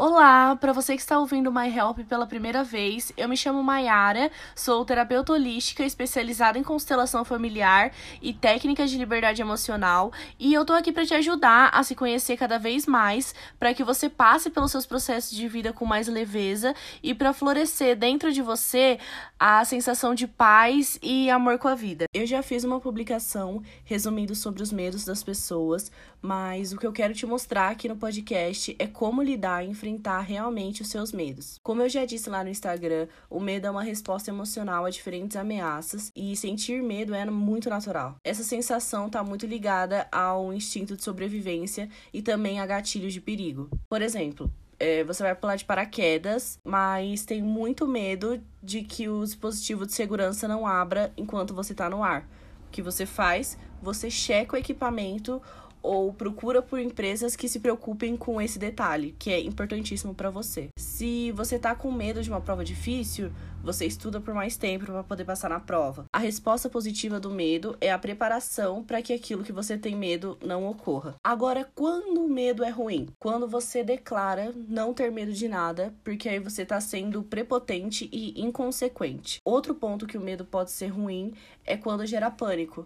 Olá, para você que está ouvindo My Help pela primeira vez, eu me chamo Mayara, sou terapeuta holística especializada em constelação familiar e técnicas de liberdade emocional e eu tô aqui para te ajudar a se conhecer cada vez mais, para que você passe pelos seus processos de vida com mais leveza e para florescer dentro de você a sensação de paz e amor com a vida. Eu já fiz uma publicação resumindo sobre os medos das pessoas, mas o que eu quero te mostrar aqui no podcast é como lidar e enfrentar realmente os seus medos. Como eu já disse lá no Instagram, o medo é uma resposta emocional a diferentes ameaças e sentir medo é muito natural. Essa sensação está muito ligada ao instinto de sobrevivência e também a gatilhos de perigo. Por exemplo, você vai pular de paraquedas, mas tem muito medo de que o dispositivo de segurança não abra enquanto você está no ar. O que você faz? Você checa o equipamento ou procura por empresas que se preocupem com esse detalhe, que é importantíssimo para você. Se você tá com medo de uma prova difícil, você estuda por mais tempo para poder passar na prova. A resposta positiva do medo é a preparação para que aquilo que você tem medo não ocorra. Agora, quando o medo é ruim? Quando você declara não ter medo de nada, porque aí você tá sendo prepotente e inconsequente. Outro ponto que o medo pode ser ruim é quando gera pânico,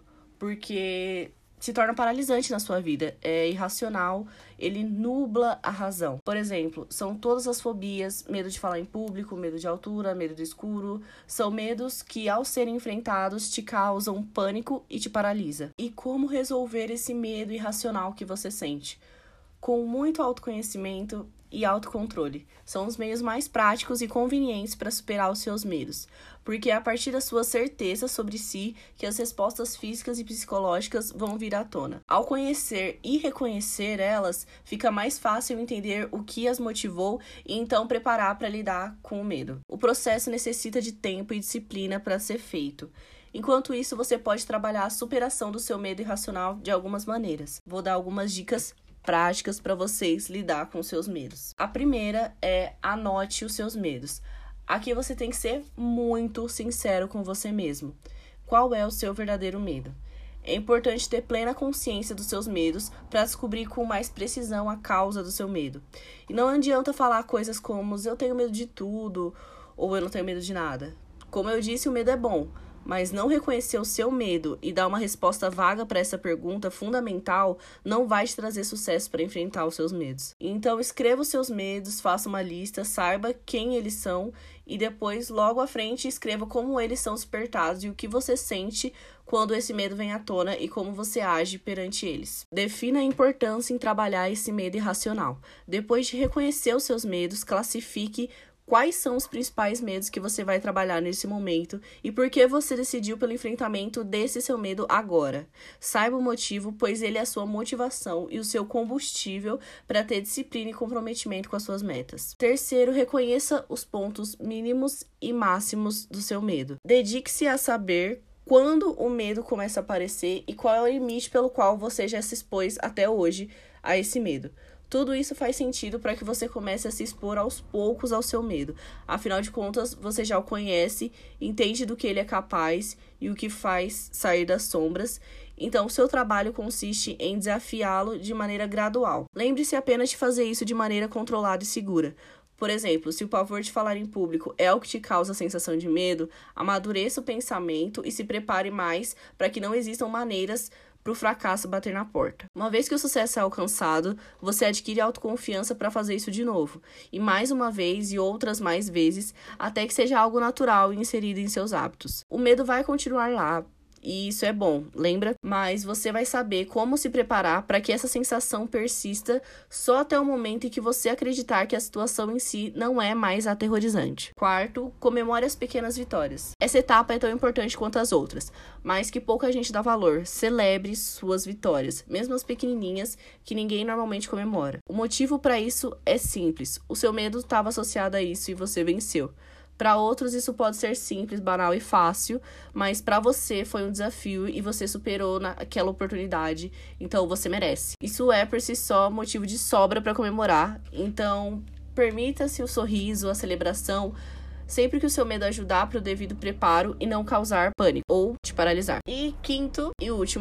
porque se torna paralisante na sua vida, é irracional, ele nubla a razão. Por exemplo, são todas as fobias, medo de falar em público, medo de altura, medo do escuro, são medos que ao serem enfrentados te causam pânico e te paralisa. E como resolver esse medo irracional que você sente? Com muito autoconhecimento e autocontrole. São os meios mais práticos e convenientes para superar os seus medos, porque é a partir da sua certeza sobre si que as respostas físicas e psicológicas vão vir à tona. Ao conhecer e reconhecer elas, fica mais fácil entender o que as motivou e então preparar para lidar com o medo. O processo necessita de tempo e disciplina para ser feito. Enquanto isso, você pode trabalhar a superação do seu medo irracional de algumas maneiras. Vou dar algumas dicas práticas para vocês lidar com seus medos. A primeira é anote os seus medos. Aqui você tem que ser muito sincero com você mesmo. Qual é o seu verdadeiro medo? É importante ter plena consciência dos seus medos para descobrir com mais precisão a causa do seu medo. E não adianta falar coisas como eu tenho medo de tudo ou eu não tenho medo de nada. Como eu disse, o medo é bom. Mas não reconhecer o seu medo e dar uma resposta vaga para essa pergunta fundamental não vai te trazer sucesso para enfrentar os seus medos. Então, escreva os seus medos, faça uma lista, saiba quem eles são e depois, logo à frente, escreva como eles são despertados e o que você sente quando esse medo vem à tona e como você age perante eles. Defina a importância em trabalhar esse medo irracional. Depois de reconhecer os seus medos, classifique quais são os principais medos que você vai trabalhar nesse momento e por que você decidiu pelo enfrentamento desse seu medo agora. Saiba o motivo, pois ele é a sua motivação e o seu combustível para ter disciplina e comprometimento com as suas metas. Terceiro, reconheça os pontos mínimos e máximos do seu medo. Dedique-se a saber quando o medo começa a aparecer e qual é o limite pelo qual você já se expôs até hoje a esse medo. Tudo isso faz sentido para que você comece a se expor aos poucos ao seu medo. Afinal de contas, você já o conhece, entende do que ele é capaz e o que faz sair das sombras. Então, o seu trabalho consiste em desafiá-lo de maneira gradual. Lembre-se apenas de fazer isso de maneira controlada e segura. Por exemplo, se o pavor de falar em público é o que te causa a sensação de medo, amadureça o pensamento e se prepare mais para que não existam maneiras para o fracasso bater na porta. Uma vez que o sucesso é alcançado, você adquire autoconfiança para fazer isso de novo, e mais uma vez e outras mais vezes, até que seja algo natural e inserido em seus hábitos. O medo vai continuar lá, e isso é bom, lembra? Mas você vai saber como se preparar para que essa sensação persista só até o momento em que você acreditar que a situação em si não é mais aterrorizante. Quarto, comemore as pequenas vitórias. Essa etapa é tão importante quanto as outras, mas que pouca gente dá valor. Celebre suas vitórias, mesmo as pequenininhas que ninguém normalmente comemora. O motivo para isso é simples. O seu medo estava associado a isso e você venceu. Para outros, isso pode ser simples, banal e fácil, mas para você foi um desafio e você superou naquela oportunidade, então você merece. Isso é, por si só, motivo de sobra para comemorar, então permita-se o sorriso, a celebração, sempre que o seu medo ajudar para o devido preparo e não causar pânico ou te paralisar. E quinto e último,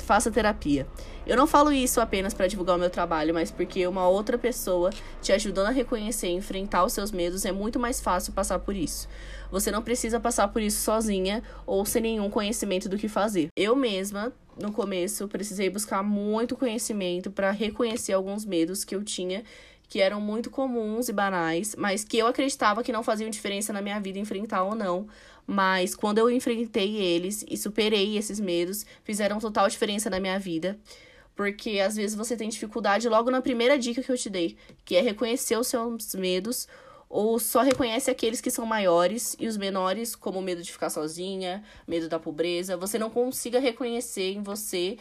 faça terapia. Eu não falo isso apenas para divulgar o meu trabalho, mas porque uma outra pessoa te ajudando a reconhecer e enfrentar os seus medos, é muito mais fácil passar por isso. Você não precisa passar por isso sozinha ou sem nenhum conhecimento do que fazer. Eu mesma, no começo, precisei buscar muito conhecimento para reconhecer alguns medos que eu tinha, que eram muito comuns e banais, mas que eu acreditava que não faziam diferença na minha vida enfrentar ou não. Mas quando eu enfrentei eles e superei esses medos, fizeram total diferença na minha vida. Porque às vezes você tem dificuldade logo na primeira dica que eu te dei, que é reconhecer os seus medos, ou só reconhece aqueles que são maiores e os menores, como o medo de ficar sozinha, medo da pobreza, você não consiga reconhecer em você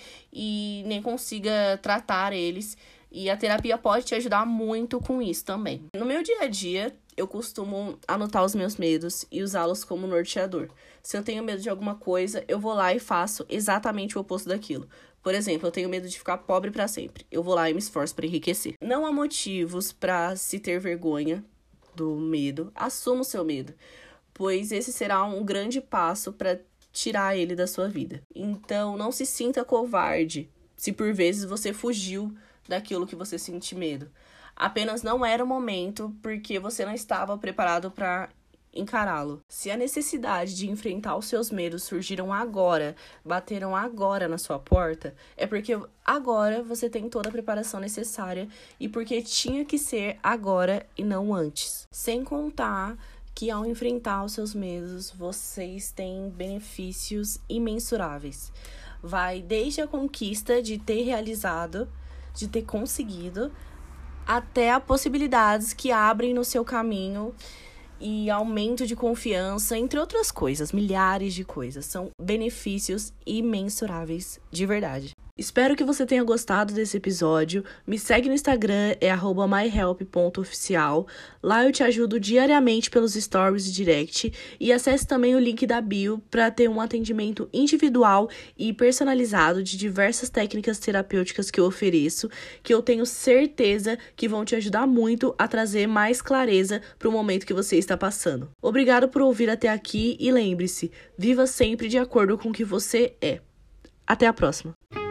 e nem consiga tratar eles. E a terapia pode te ajudar muito com isso também. No meu dia a dia, eu costumo anotar os meus medos e usá-los como norteador. Se eu tenho medo de alguma coisa, eu vou lá e faço exatamente o oposto daquilo. Por exemplo, eu tenho medo de ficar pobre para sempre. Eu vou lá e me esforço para enriquecer. Não há motivos para se ter vergonha do medo. Assuma o seu medo, pois esse será um grande passo para tirar ele da sua vida. Então, não se sinta covarde se por vezes você fugiu daquilo que você sente medo. Apenas não era o momento porque você não estava preparado para encará-lo. Se a necessidade de enfrentar os seus medos surgiram agora, bateram agora na sua porta, é porque agora você tem toda a preparação necessária e porque tinha que ser agora e não antes. Sem contar que ao enfrentar os seus medos, vocês têm benefícios imensuráveis. Vai desde a conquista de ter realizado, de ter conseguido, até as possibilidades que abrem no seu caminho e aumento de confiança, entre outras coisas, milhares de coisas. São benefícios imensuráveis, de verdade. Espero que você tenha gostado desse episódio. Me segue no Instagram, é @myhelp.oficial. Lá eu te ajudo diariamente pelos stories e direct. E acesse também o link da bio para ter um atendimento individual e personalizado de diversas técnicas terapêuticas que eu ofereço, que eu tenho certeza que vão te ajudar muito a trazer mais clareza para o momento que você está passando. Obrigado por ouvir até aqui e lembre-se, viva sempre de acordo com o que você é. Até a próxima!